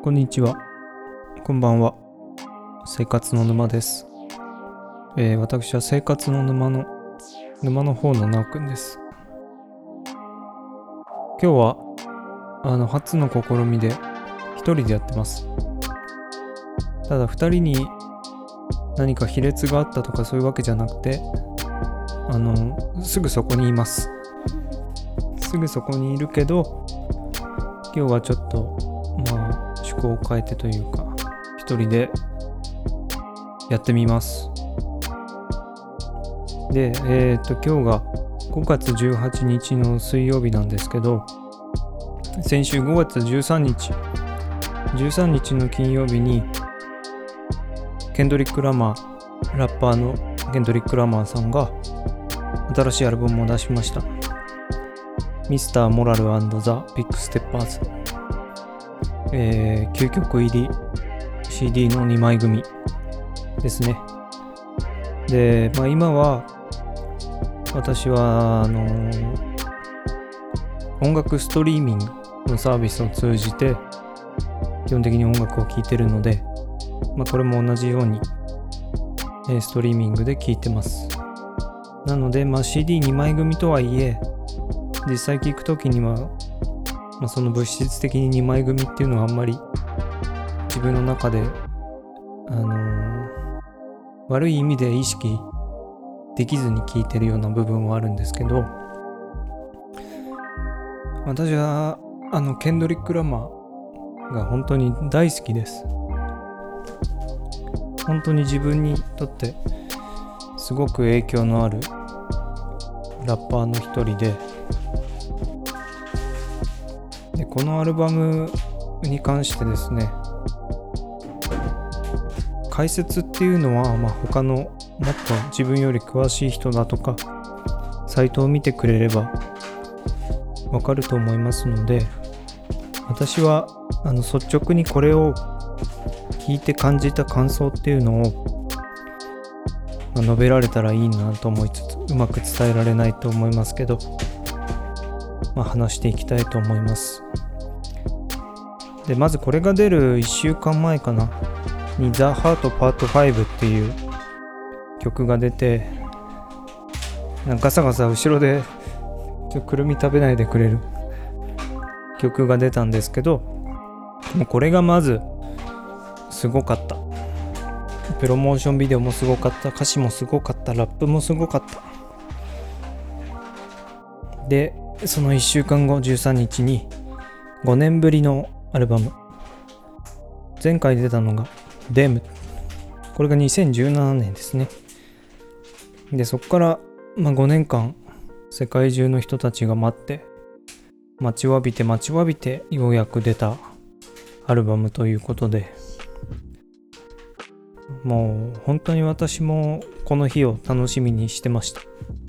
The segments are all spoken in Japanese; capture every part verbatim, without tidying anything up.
こんにちは。こんばんは。生活の沼です。えー、私は生活の沼の沼の方のなおくんです。今日はあの初の試みで一人でやってます。ただ二人に何か亀裂があったとかそういうわけじゃなくて、あのすぐそこにいます。すぐそこにいるけど、今日はちょっとまあ趣向を変えてというか一人でやってみます。で、えっと今日がごがつじゅうはちにちの水曜日なんですけど、先週ごがつじゅうさんにちじゅうさんにちの金曜日にケンドリック・ラマーラッパーのケンドリック・ラマーさんが新しいアルバムを出しました。ミスター・モラル&ザ・ビッグ・ステッパーズ、えー、きゅうきょく入り シーディー のにまい組ですね。で、まあ、今は私はあのー、音楽ストリーミングのサービスを通じて基本的に音楽を聴いてるので、まあ、これも同じように、えー、ストリーミングで聴いてます。なので、まあ、シーディーにまい組とはいえ実際聴くときには、まあ、その物質的ににまい組っていうのはあんまり自分の中で、あのー、悪い意味で意識できずに聴いてるような部分はあるんですけど、私はあのケンドリック・ラマーが本当に大好きです。本当に自分にとってすごく影響のあるラッパーの一人で、でこのアルバムに関してですね、解説っていうのは、まあ、他のもっと自分より詳しい人だとかサイトを見てくれればわかると思いますので、私はあの率直にこれを聞いて感じた感想っていうのを、まあ、述べられたらいいなと思いつつ、うまく伝えられないと思いますけど、まあ、話していきたいと思います。で、まずこれが出るいっしゅうかんまえかなに The Heart Part ファイブっていう曲が出て、ガサガサ後ろでちょくるみ食べないでくれる曲が出たんですけど、もうこれがまずすごかった。プロモーションビデオもすごかった、歌詞もすごかった、ラップもすごかった。で、そのいっしゅうかんごじゅうさんにちにごねんぶりのアルバム、前回出たのがデム、これがにせんじゅうななねんですね。でそこから、まあ、ごねんかん世界中の人たちが待って待ちわびて待ちわびてようやく出たアルバムということで、もう本当に私もこの日を楽しみにしてました。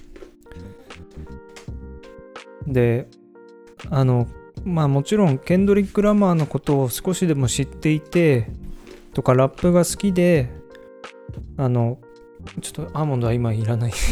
で、あのまあもちろんケンドリック・ラマーのことを少しでも知っていてとかラップが好きで、あのちょっとアーモンドは今いらない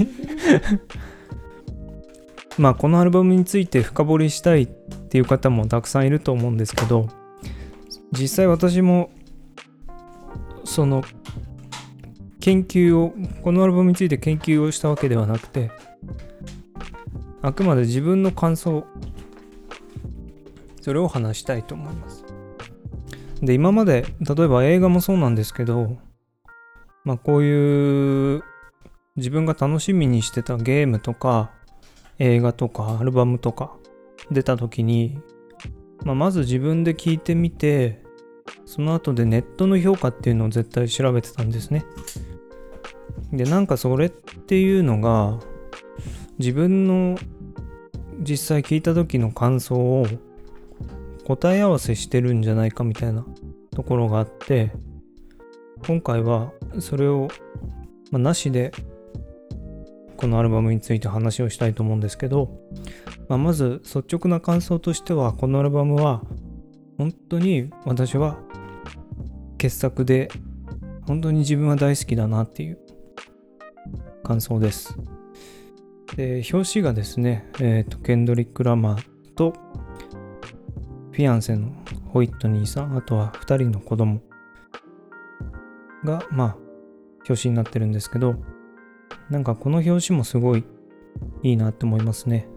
まあこのアルバムについて深掘りしたいっていう方もたくさんいると思うんですけど、実際私もその研究をこのアルバムについて研究をしたわけではなくて、あくまで自分の感想、それを話したいと思います。で、今まで例えば映画もそうなんですけど、まあこういう自分が楽しみにしてたゲームとか映画とかアルバムとか出た時に、まあ、まず自分で聞いてみて、その後でネットの評価っていうのを絶対調べてたんですね。で、なんかそれっていうのが自分の実際聞いた時の感想を答え合わせしてるんじゃないかみたいなところがあって、今回はそれを、まあ、なしでこのアルバムについて話をしたいと思うんですけど、まあ、まず率直な感想としては、このアルバムは本当に私は傑作で本当に自分は大好きだなっていう感想です。で、表紙がですね、えーと、ケンドリック・ラマーとフィアンセのホイットニーさん、あとはふたりの子供がまあ表紙になってるんですけど、なんかこの表紙もすごいいいなって思いますね。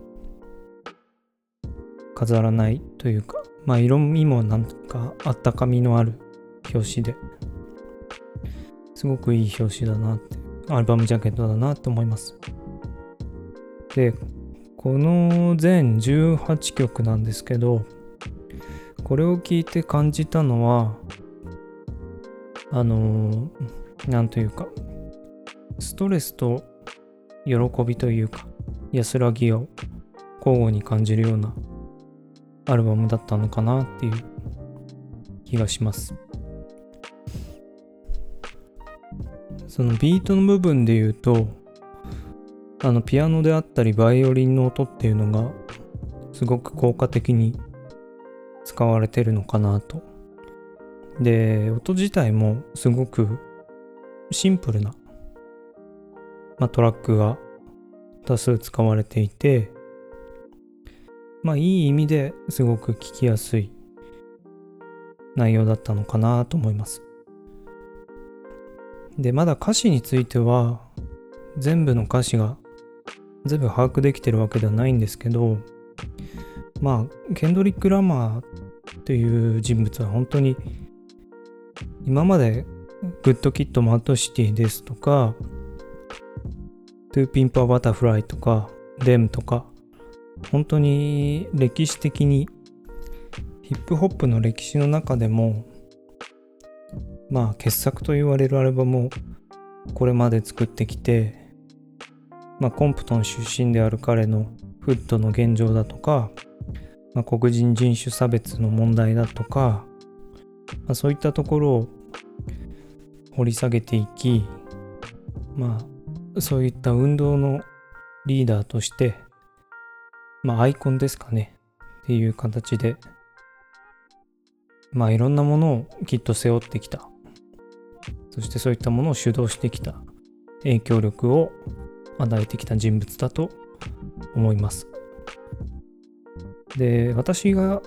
飾らないというか、まあ色味もなんかあったかみのある表紙ですごくいい表紙だなって、アルバムジャケットだなって思います。で、この全じゅうはちきょくなんですけど、これを聞いて感じたのは、あのー、なんというか、ストレスと喜びというか、安らぎを交互に感じるようなアルバムだったのかなっていう気がします。そのビートの部分で言うと、あのピアノであったりバイオリンの音っていうのがすごく効果的に使われてるのかなと。で、音自体もすごくシンプルな、まあ、トラックが多数使われていて、まあいい意味ですごく聴きやすい内容だったのかなと思います。で、まだ歌詞については全部の歌詞が全部把握できてるわけではないんですけど、まあケンドリック・ラマーという人物は本当に今までグッド・キッド・マッド・シティですとか、トゥー・ピンパー・バタフライとかデムとか、本当に歴史的にヒップホップの歴史の中でもまあ傑作と言われるアルバムをこれまで作ってきて、まあコンプトン出身である彼のフッドの現状だとか、まあ、黒人人種差別の問題だとか、まあ、そういったところを掘り下げていき、まあそういった運動のリーダーとして、まあアイコンですかねっていう形で、まあいろんなものをきっと背負ってきた、そしてそういったものを主導してきた、影響力を与えてきた人物だと思います。で、私が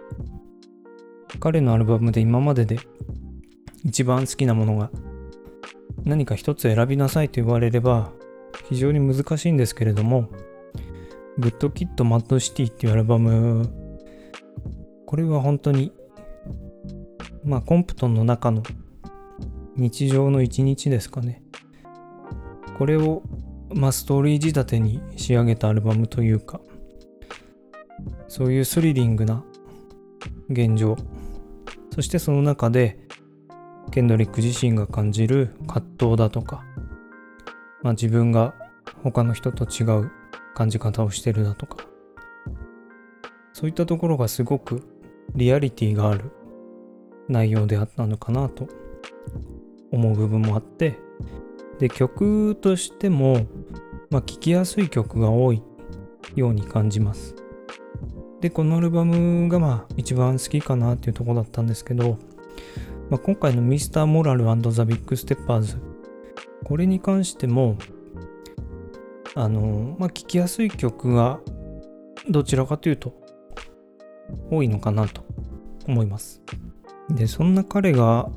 彼のアルバムで今までで一番好きなものが何か一つ選びなさいと言われれば非常に難しいんですけれども、グッド・キッド・マッド・シティっていうアルバム、これは本当にまあコンプトンの中の日常の一日ですかね。これをまあストーリー仕立てに仕上げたアルバムというか、そういうスリリングな現状、そしてその中でケンドリック自身が感じる葛藤だとか、まあ自分が他の人と違う感じ方をしてるだとか、そういったところがすごくリアリティがある内容であったのかなと思う部分もあって、で曲としてもまあ聴きやすい曲が多いように感じます。でこのアルバムがまあ一番好きかなっていうところだったんですけど、まあ、今回のミスターモラル&ザ・ビッグ・ステッパーズ、これに関してもあのまあ聴きやすい曲がどちらかというと多いのかなと思います。でそんな彼が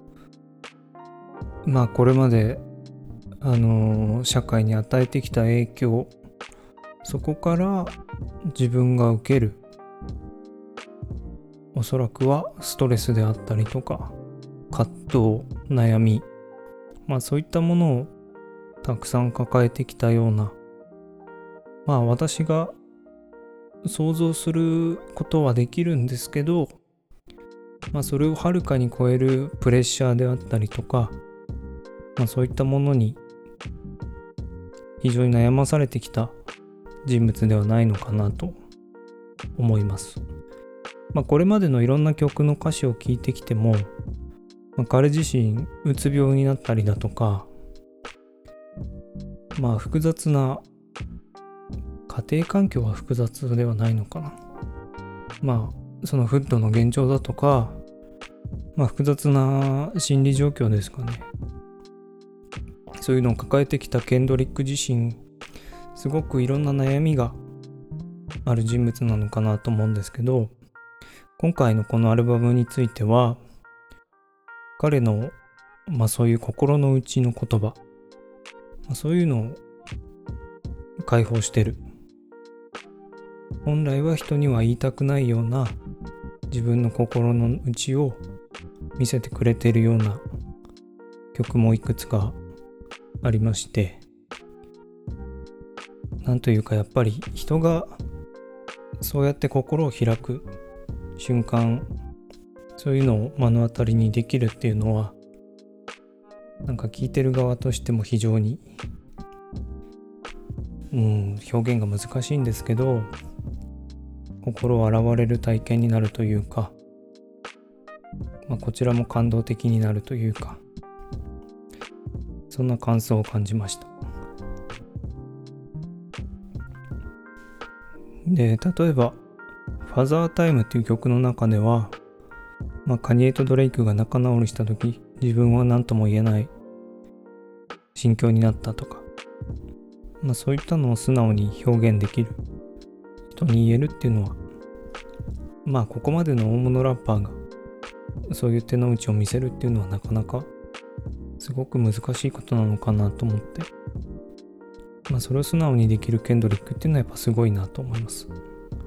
まあこれまであの社会に与えてきた影響、そこから自分が受けるおそらくはストレスであったりとか葛藤、悩み、まあそういったものをたくさん抱えてきたような、まあ私が想像することはできるんですけど、まあそれをはるかに超えるプレッシャーであったりとか、まあそういったものに非常に悩まされてきた人物ではないのかなと思います。まあこれまでのいろんな曲の歌詞を聞いてきても、まあ、彼自身うつ病になったりだとか、まあ複雑な家庭環境は複雑ではないのかな、まあそのフッドの現状だとか、まあ複雑な心理状況ですかね、そういうのを抱えてきたケンドリック自身、すごくいろんな悩みがある人物なのかなと思うんですけど、 今回のこのアルバムについては、彼の、まあそういう心の内の言葉、まあ、そういうのを解放してる。本来は人には言いたくないような自分の心の内を見せてくれているような曲もいくつかありまして、なんというかやっぱり人がそうやって心を開く瞬間、そういうのを目の当たりにできるっていうのは、なんか聞いてる側としても非常に、うん、表現が難しいんですけど、心を洗われる体験になるというか、まあ、こちらも感動的になるというか、そんな感想を感じました。で、例えばファザータイムっていう曲の中では、まあ、カニエとドレイクが仲直りした時、自分は何とも言えない心境になったとか、まあ、そういったのを素直に表現できる人に言えるっていうのは、まあここまでの大物ラッパーがそういう手の内を見せるっていうのはなかなかすごく難しいことなのかなと思って、まあそれを素直にできるケンドリックっていうのはやっぱすごいなと思います。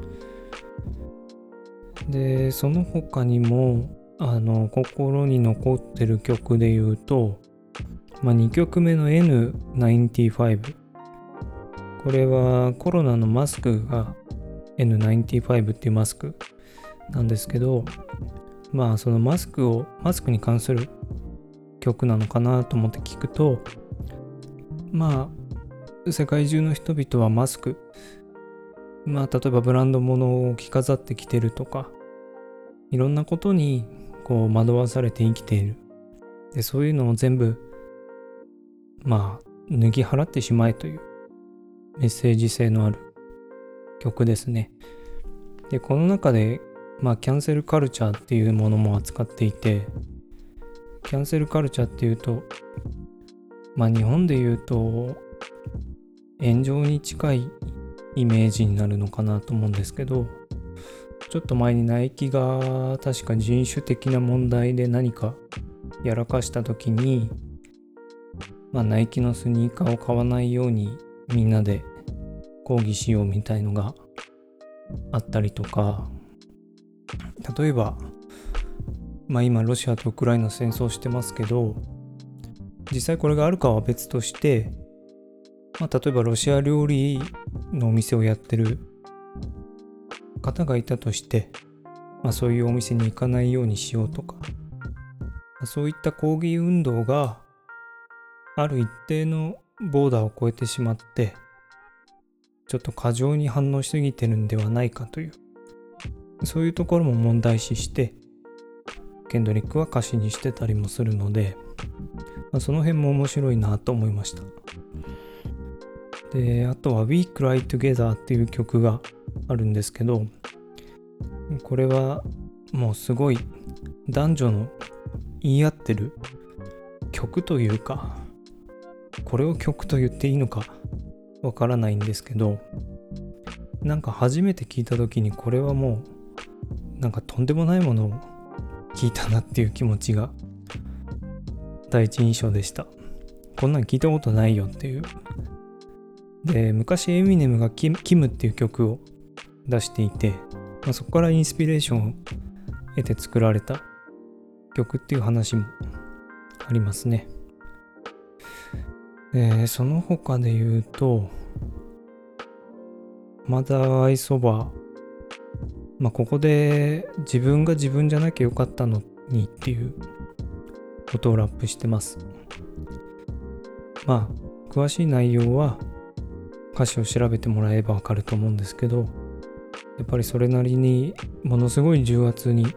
で、その他にもあの心に残ってる曲で言うと、まあ、にきょくめの エヌナインティファイブ、 これはコロナのマスクが エヌナインティファイブ っていうマスクなんですけど、まあそのマスクをマスクに関する曲なのかなと思って聞くと、まあ世界中の人々はマスク、まあ例えばブランド物を着飾ってきてるとか、いろんなことにこう惑わされて生きている。で、そういうのを全部まあ脱ぎ払ってしまえというメッセージ性のある曲ですね。で、この中でまあキャンセルカルチャーっていうものも扱っていて、キャンセルカルチャーっていうと、まあ日本で言うと炎上に近いイメージになるのかなと思うんですけど、ちょっと前にナイキが確か人種的な問題で何かやらかした時に、まあナイキのスニーカーを買わないようにみんなで抗議しようみたいのがあったりとか、例えばまあ今ロシアとウクライナ戦争してますけど、実際これがあるかは別として、まあ例えばロシア料理のお店をやってる方がいたとして、まあ、そういうお店に行かないようにしようとか、そういった抗議運動がある一定のボーダーを越えてしまって、ちょっと過剰に反応しすぎてるんではないかという、そういうところも問題視してケンドリックは歌詞にしてたりもするので、まあ、その辺も面白いなと思いました。で、あとは We Cry Together っていう曲があるんですけど、これはもうすごい男女の言い合ってる曲というか、これを曲と言っていいのかわからないんですけど、なんか初めて聞いた時にこれはもうなんかとんでもないものを聞いたなっていう気持ちが第一印象でした。こんなん聞いたことないよっていう。で、昔エミネムがキム、キムっていう曲を出していて、まあ、そこからインスピレーションを得て作られた曲っていう話もありますね。で、その他で言うと、まだアイソバー、まあここで自分が自分じゃなきゃよかったのにっていうことをラップしてます。まあ詳しい内容は歌詞を調べてもらえばわかると思うんですけど、やっぱりそれなりにものすごい重圧に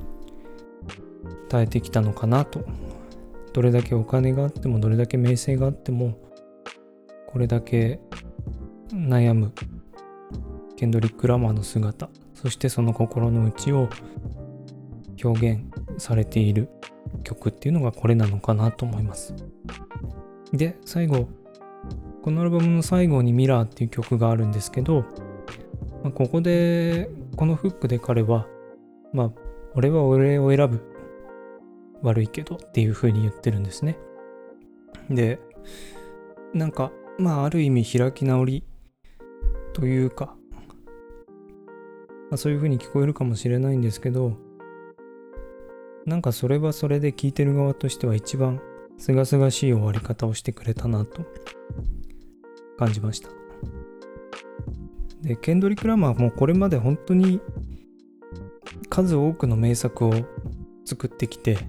耐えてきたのかなと。どれだけお金があってもどれだけ名声があってもこれだけ悩むケンドリック・ラマーの姿、そしてその心の内を表現されている曲っていうのがこれなのかなと思います。で、最後、このアルバムの最後にミラーっていう曲があるんですけど、まあ、ここでこのフックで彼はまあ俺は俺を選ぶ、悪いけどっていう風に言ってるんですね。で、なんかまあある意味開き直りというか、まあ、そういう風に聞こえるかもしれないんですけど、なんかそれはそれで聞いてる側としては一番すがすがしい終わり方をしてくれたなと感じました。で、ケンドリック・ラマーもこれまで本当に数多くの名作を作ってきて、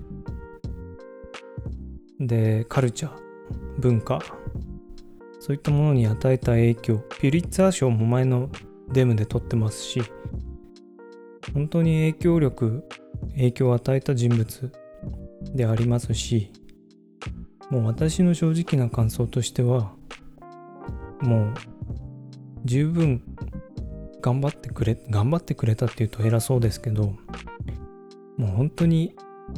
で、カルチャー、文化、そういったものに与えた影響、ピュリッツァー賞も前のデムで取ってますし、本当に影響力、影響を与えた人物でありますし、もう私の正直な感想としては、もう十分頑張ってくれ、頑張ってくれたっていうと偉そうですけど、もう本当に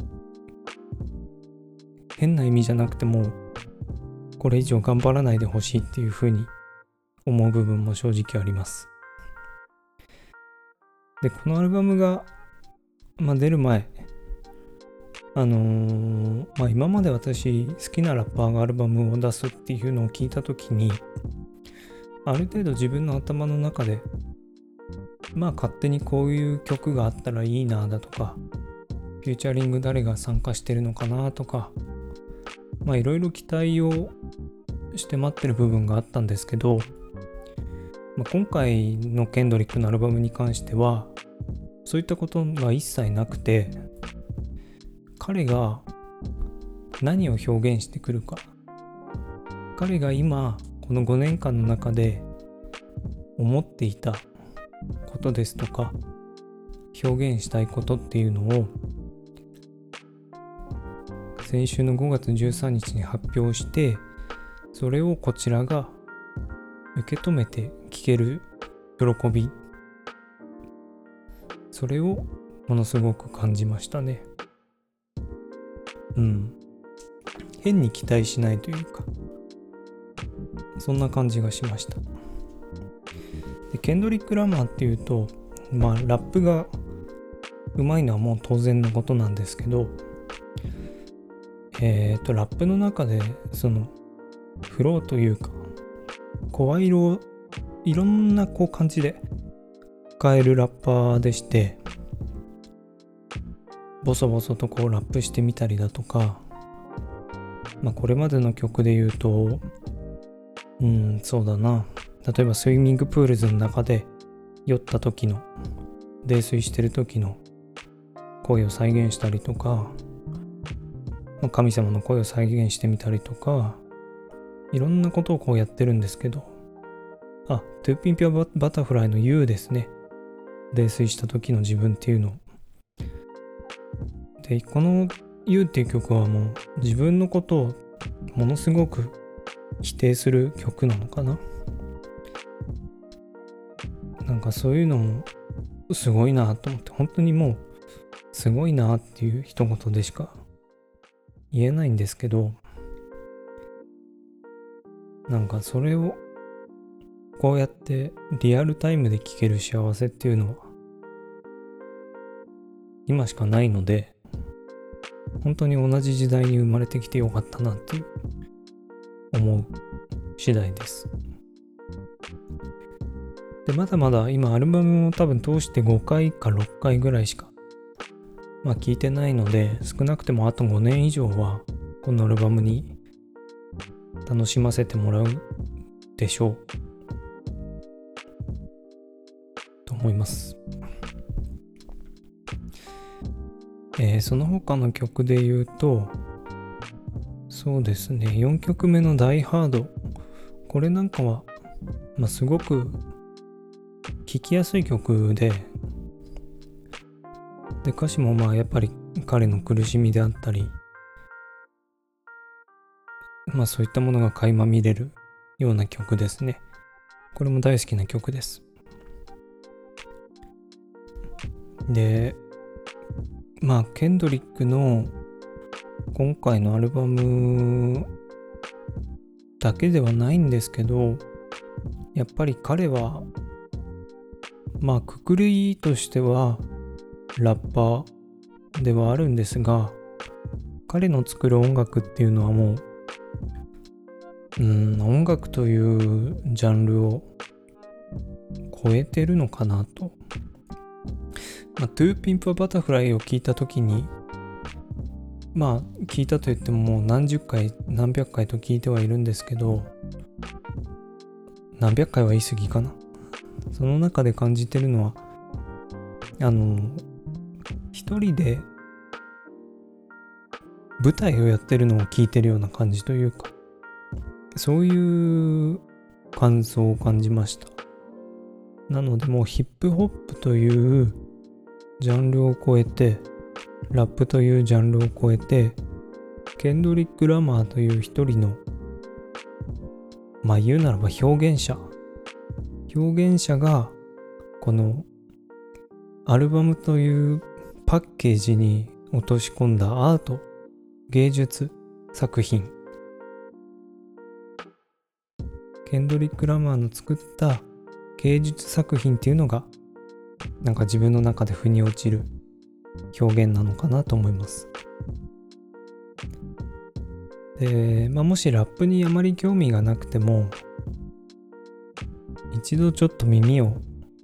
変な意味じゃなくてもこれ以上頑張らないでほしいっていうふうに思う部分も正直あります。で、このアルバムが、まあ、出る前、あのー、まあ今まで私好きなラッパーがアルバムを出すっていうのを聞いたときに、ある程度自分の頭の中でまあ勝手にこういう曲があったらいいなだとか、フューチャリング誰が参加してるのかなとか、まあいろいろ期待をして待ってる部分があったんですけど、まあ、今回のケンドリックのアルバムに関してはそういったことが一切なくて、彼が何を表現してくるか、彼が今このごねんかんの中で思っていたことですとか表現したいことっていうのを先週のごがつじゅうさんにちに発表して、それをこちらが受け止めて聴ける喜び、それをものすごく感じましたね。うん。変に期待しないというか、そんな感じがしました。で、ケンドリック・ラマーっていうと、まあラップがうまいのはもう当然のことなんですけど、えっとラップの中でそのフローというか声色をいろんなこう感じで変えるラッパーでして、ボソボソとこうラップしてみたりだとか、まあこれまでの曲で言うと、うんそうだな、例えばスイミングプールズの中で酔った時の泥酔してる時の声を再現したりとか、神様の声を再現してみたりとか、いろんなことをこうやってるんですけど、あ、トゥーピンピュアバタフライの You ですね。泥酔した時の自分っていうの。で、この You っていう曲はもう自分のことをものすごく否定する曲なのかな。なんかそういうのもすごいなと思って、本当にもうすごいなっていう一言でしか言えないんですけど、なんかそれをこうやってリアルタイムで聴ける幸せっていうのは今しかないので、本当に同じ時代に生まれてきてよかったなっていう思う次第です。で、まだまだ今アルバムを多分通してごかいかろっかいぐらいしかまあ聞いてないので、少なくてもあとごねん以上はこのアルバムに楽しませてもらうでしょうと思います。えー、その他の曲で言うと、そうですね、よんきょくめのダイハード、これなんかは、まあ、すごく聴きやすい曲で、で歌詞もまあやっぱり彼の苦しみであったり、まあそういったものが垣間見れるような曲ですね。これも大好きな曲です。で、まあケンドリックの今回のアルバムだけではないんですけど、やっぱり彼はまあくくりとしてはラッパーではあるんですが、彼の作る音楽っていうのはもううーん音楽というジャンルを超えてるのかなと。まあ、トゥーピンプバタフライを聞いたときに、まあ聞いたと言ってももう何十回何百回と聞いてはいるんですけど、何百回は言い過ぎかな。その中で感じてるのは、あの一人で舞台をやってるのを聞いてるような感じというか、そういう感想を感じました。なのでもうヒップホップというジャンルを超えて、ラップというジャンルを超えて、ケンドリック・ラマーという一人の、まあ言うならば表現者表現者がこのアルバムというパッケージに落とし込んだアート、芸術作品、ケンドリック・ラマーの作った芸術作品っていうのがなんか自分の中で腑に落ちる表現なのかなと思います。で、まあ、もしラップにあまり興味がなくても、一度ちょっと耳を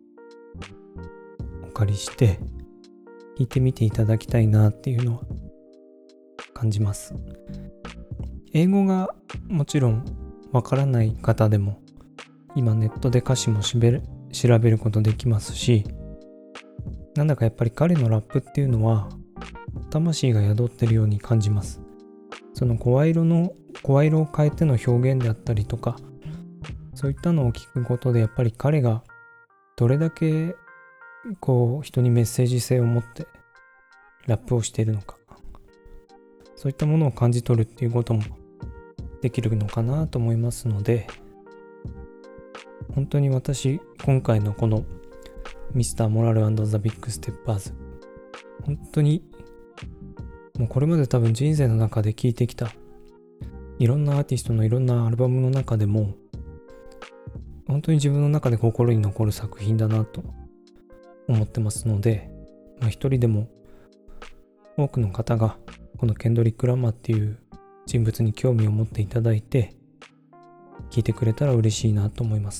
お借りして聞いてみていただきたいなっていうのは感じます。英語がもちろんわからない方でも今ネットで歌詞もしべる調べることできますし、なんだかやっぱり彼のラップっていうのは魂が宿ってるように感じます。その声色の声色を変えての表現であったりとか、そういったのを聞くことでやっぱり彼がどれだけこう人にメッセージ性を持ってラップをしているのか、そういったものを感じ取るっていうこともできるのかなと思いますので、本当に私今回のこのミスターモラル&ザ・ビッグ・ステッパーズ、本当にもうこれまで多分人生の中で聴いてきたいろんなアーティストのいろんなアルバムの中でも本当に自分の中で心に残る作品だなと思ってますので、まあ、一人でも多くの方がこのケンドリック・ラマーっていう人物に興味を持っていただいて聴いてくれたら嬉しいなと思います。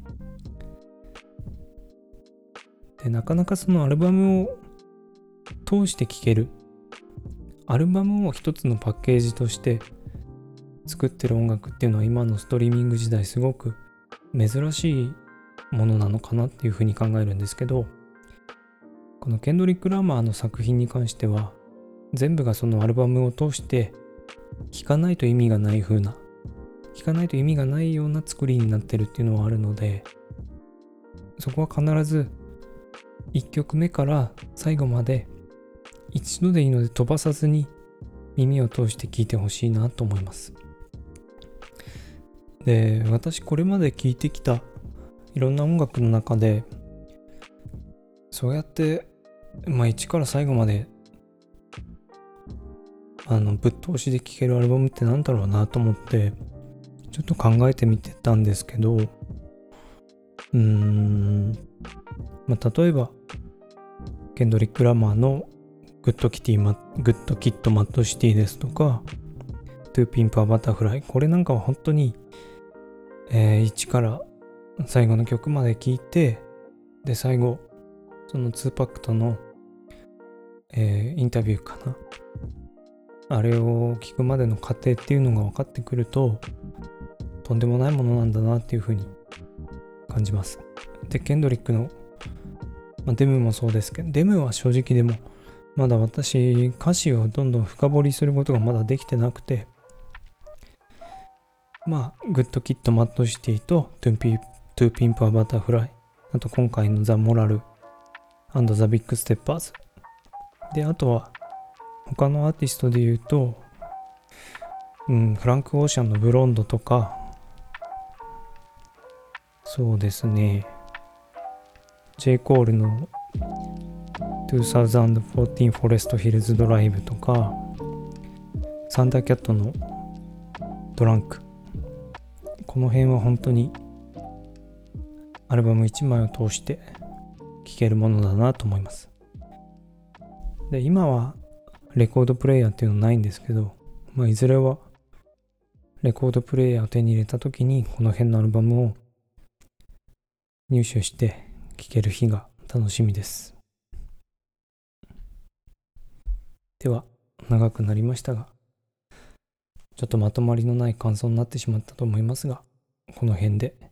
で、なかなかそのアルバムを通して聴ける、アルバムを一つのパッケージとして作ってる音楽っていうのは今のストリーミング時代すごく珍しいものなのかなっていうふうに考えるんですけど、このケンドリック・ラマーの作品に関しては全部がそのアルバムを通して聴かないと意味がない風な聴かないと意味がないような作りになってるっていうのはあるので、そこは必ずいっきょくめから最後まで一度でいいので飛ばさずに耳を通して聴いてほしいなと思います。で、私これまで聴いてきたいろんな音楽の中でそうやってまあ一から最後まであのぶっ通しで聴けるアルバムってなんだろうなと思ってちょっと考えてみてたんですけど、うーんまあ例えばケンドリック・ラマーのグッドキティマグッドキットマッドシティですとか、トゥーピンプアバタフライ、これなんかは本当に、えー、一から最後の曲まで聴いて、で最後そのツーパックとの、えー、インタビューかな、あれを聞くまでの過程っていうのが分かってくるととんでもないものなんだなっていうふうに感じます。で、ケンドリックの、まあ、デムもそうですけど、デムは正直でもまだ私歌詞をどんどん深掘りすることがまだできてなくて、まあグッドキットマッドシティとトゥーピートゥーピンプアバタフライ、あと今回のザ・モラル&ザ・ビッグ・ステッパーズで、あとは他のアーティストで言うと、うん、フランク・オーシャンのブロンドとか、そうですね、J. コールのにせんじゅうよんフォレストヒルズドライブとか、サンダーキャットのドランク、この辺は本当にアルバムいちまいを通して聴けるものだなと思います。 で、今はレコードプレイヤーっていうのないんですけど、まあ、いずれはレコードプレイヤーを手に入れた時にこの辺のアルバムを入手して聴ける日が楽しみです。では、長くなりましたが、ちょっとまとまりのない感想になってしまったと思いますが、この辺で